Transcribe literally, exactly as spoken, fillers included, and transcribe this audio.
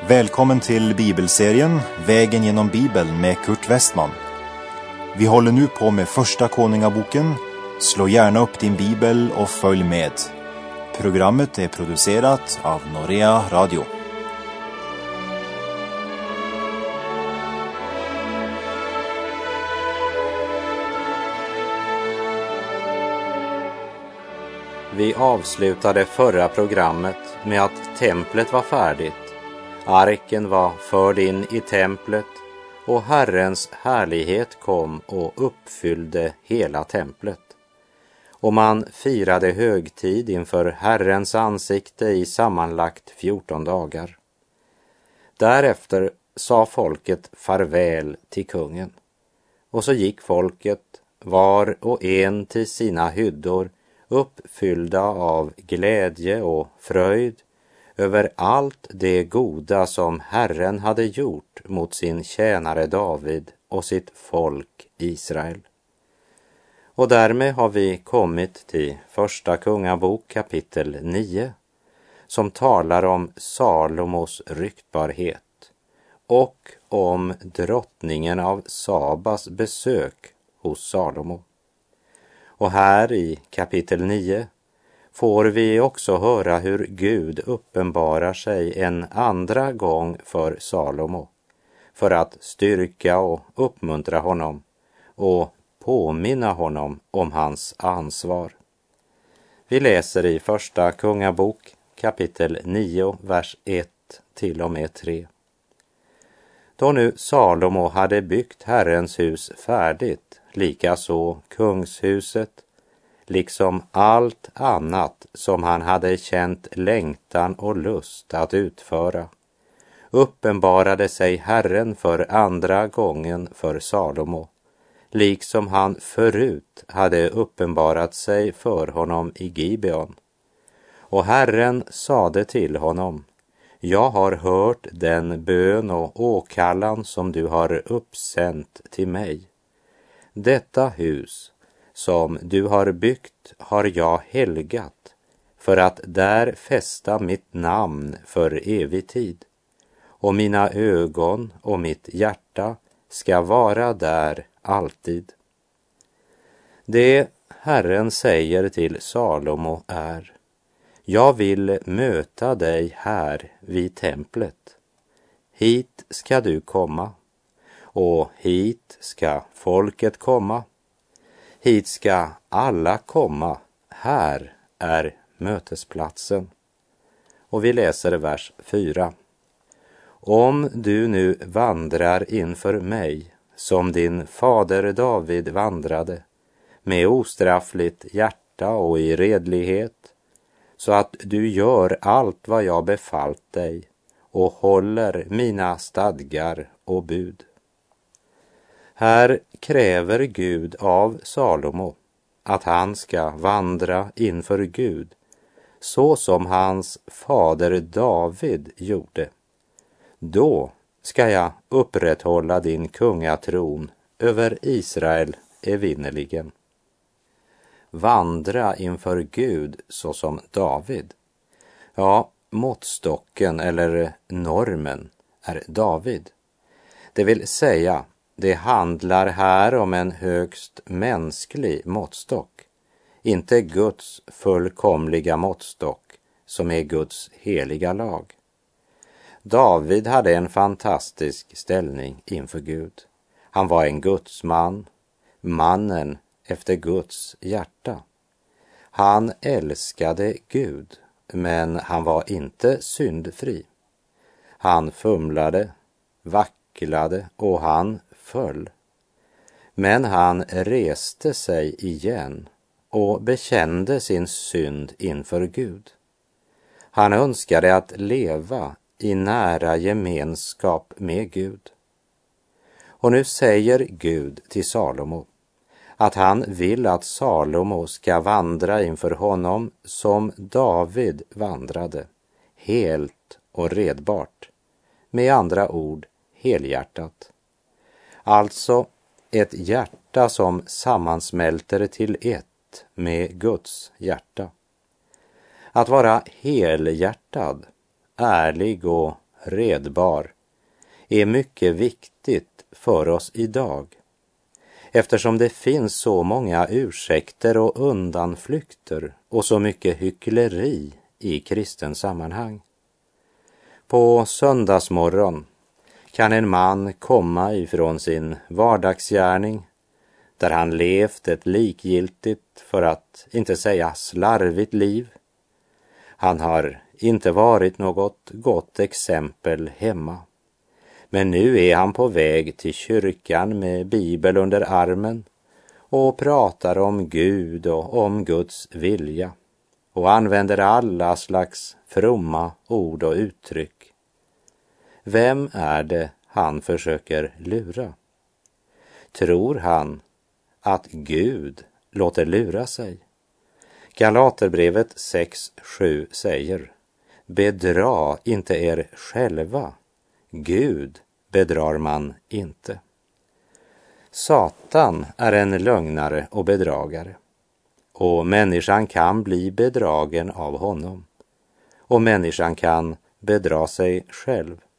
Välkommen till bibelserien Vägen genom Bibeln med Kurt Westman. Vi håller nu på med första Konungaboken. Slå gärna upp din bibel och följ med. Programmet är producerat av Norea Radio. Vi avslutade förra programmet med att templet var färdigt. Arken var förd in i templet och Herrens härlighet kom och uppfyllde hela templet. Och man firade högtid inför Herrens ansikte i sammanlagt fjorton dagar. Därefter sa folket farväl till kungen. Och så gick folket var och en till sina hyddor, uppfyllda av glädje och fröjd över allt det goda som Herren hade gjort mot sin tjänare David och sitt folk Israel. Och därmed har vi kommit till första Kungabok kapitel nio, som talar om Salomos ryktbarhet och om drottningen av Sabas besök hos Salomo. Och här i kapitel nio får vi också höra hur Gud uppenbarar sig en andra gång för Salomo för att styrka och uppmuntra honom och påminna honom om hans ansvar. Vi läser i första Kungabok kapitel nio, vers ett till och med tre. Då nu Salomo hade byggt Herrens hus färdigt, likaså kungshuset, liksom allt annat som han hade känt längtan och lust att utföra, uppenbarade sig Herren för andra gången för Salomo, liksom han förut hade uppenbarat sig för honom i Gibeon. Och Herren sade till honom: jag har hört den bön och åkallan som du har uppsänt till mig. Detta hus som du har byggt har jag helgat för att där fästa mitt namn för evig tid. Och mina ögon och mitt hjärta ska vara där alltid. Det Herren säger till Salomo är: jag vill möta dig här vid templet. Hit ska du komma, och hit ska folket komma. Hit ska alla komma, här är mötesplatsen. Och vi läser vers fyra. Om du nu vandrar inför mig, som din fader David vandrade, med ostraffligt hjärta och i redlighet, så att du gör allt vad jag befallt dig och håller mina stadgar och bud. Här kräver Gud av Salomo att han ska vandra inför Gud så som hans fader David gjorde. Då ska jag upprätthålla din kungatron över Israel evinnerligen. Vandra inför Gud så som David. Ja, måttstocken eller normen är David. Det vill säga, det handlar här om en högst mänsklig måttstock, inte Guds fullkomliga måttstock som är Guds heliga lag. David hade en fantastisk ställning inför Gud. Han var en Guds man, mannen efter Guds hjärta. Han älskade Gud, men han var inte syndfri. Han fumlade, vacklade och han föll. Men han reste sig igen och bekände sin synd inför Gud. Han önskade att leva i nära gemenskap med Gud. Och nu säger Gud till Salomo att han vill att Salomo ska vandra inför honom som David vandrade, helt och redbart, med andra ord helhjärtat. Alltså ett hjärta som sammansmälter till ett med Guds hjärta. Att vara helhjärtad, ärlig och redbar är mycket viktigt för oss idag, eftersom det finns så många ursäkter och undanflykter och så mycket hyckleri i kristen sammanhang. På söndagsmorgon kan en man komma ifrån sin vardagsgärning, där han levt ett likgiltigt, för att inte säga slarvigt liv. Han har inte varit något gott exempel hemma. Men nu är han på väg till kyrkan med Bibel under armen och pratar om Gud och om Guds vilja och använder alla slags fromma ord och uttryck. Vem är det han försöker lura? Tror han att Gud låter lura sig? Galaterbrevet sex sju säger: bedra inte er själva, Gud bedrar man inte. Satan är en lögnare och bedragare, och människan kan bli bedragen av honom, och människan kan bedra sig själv.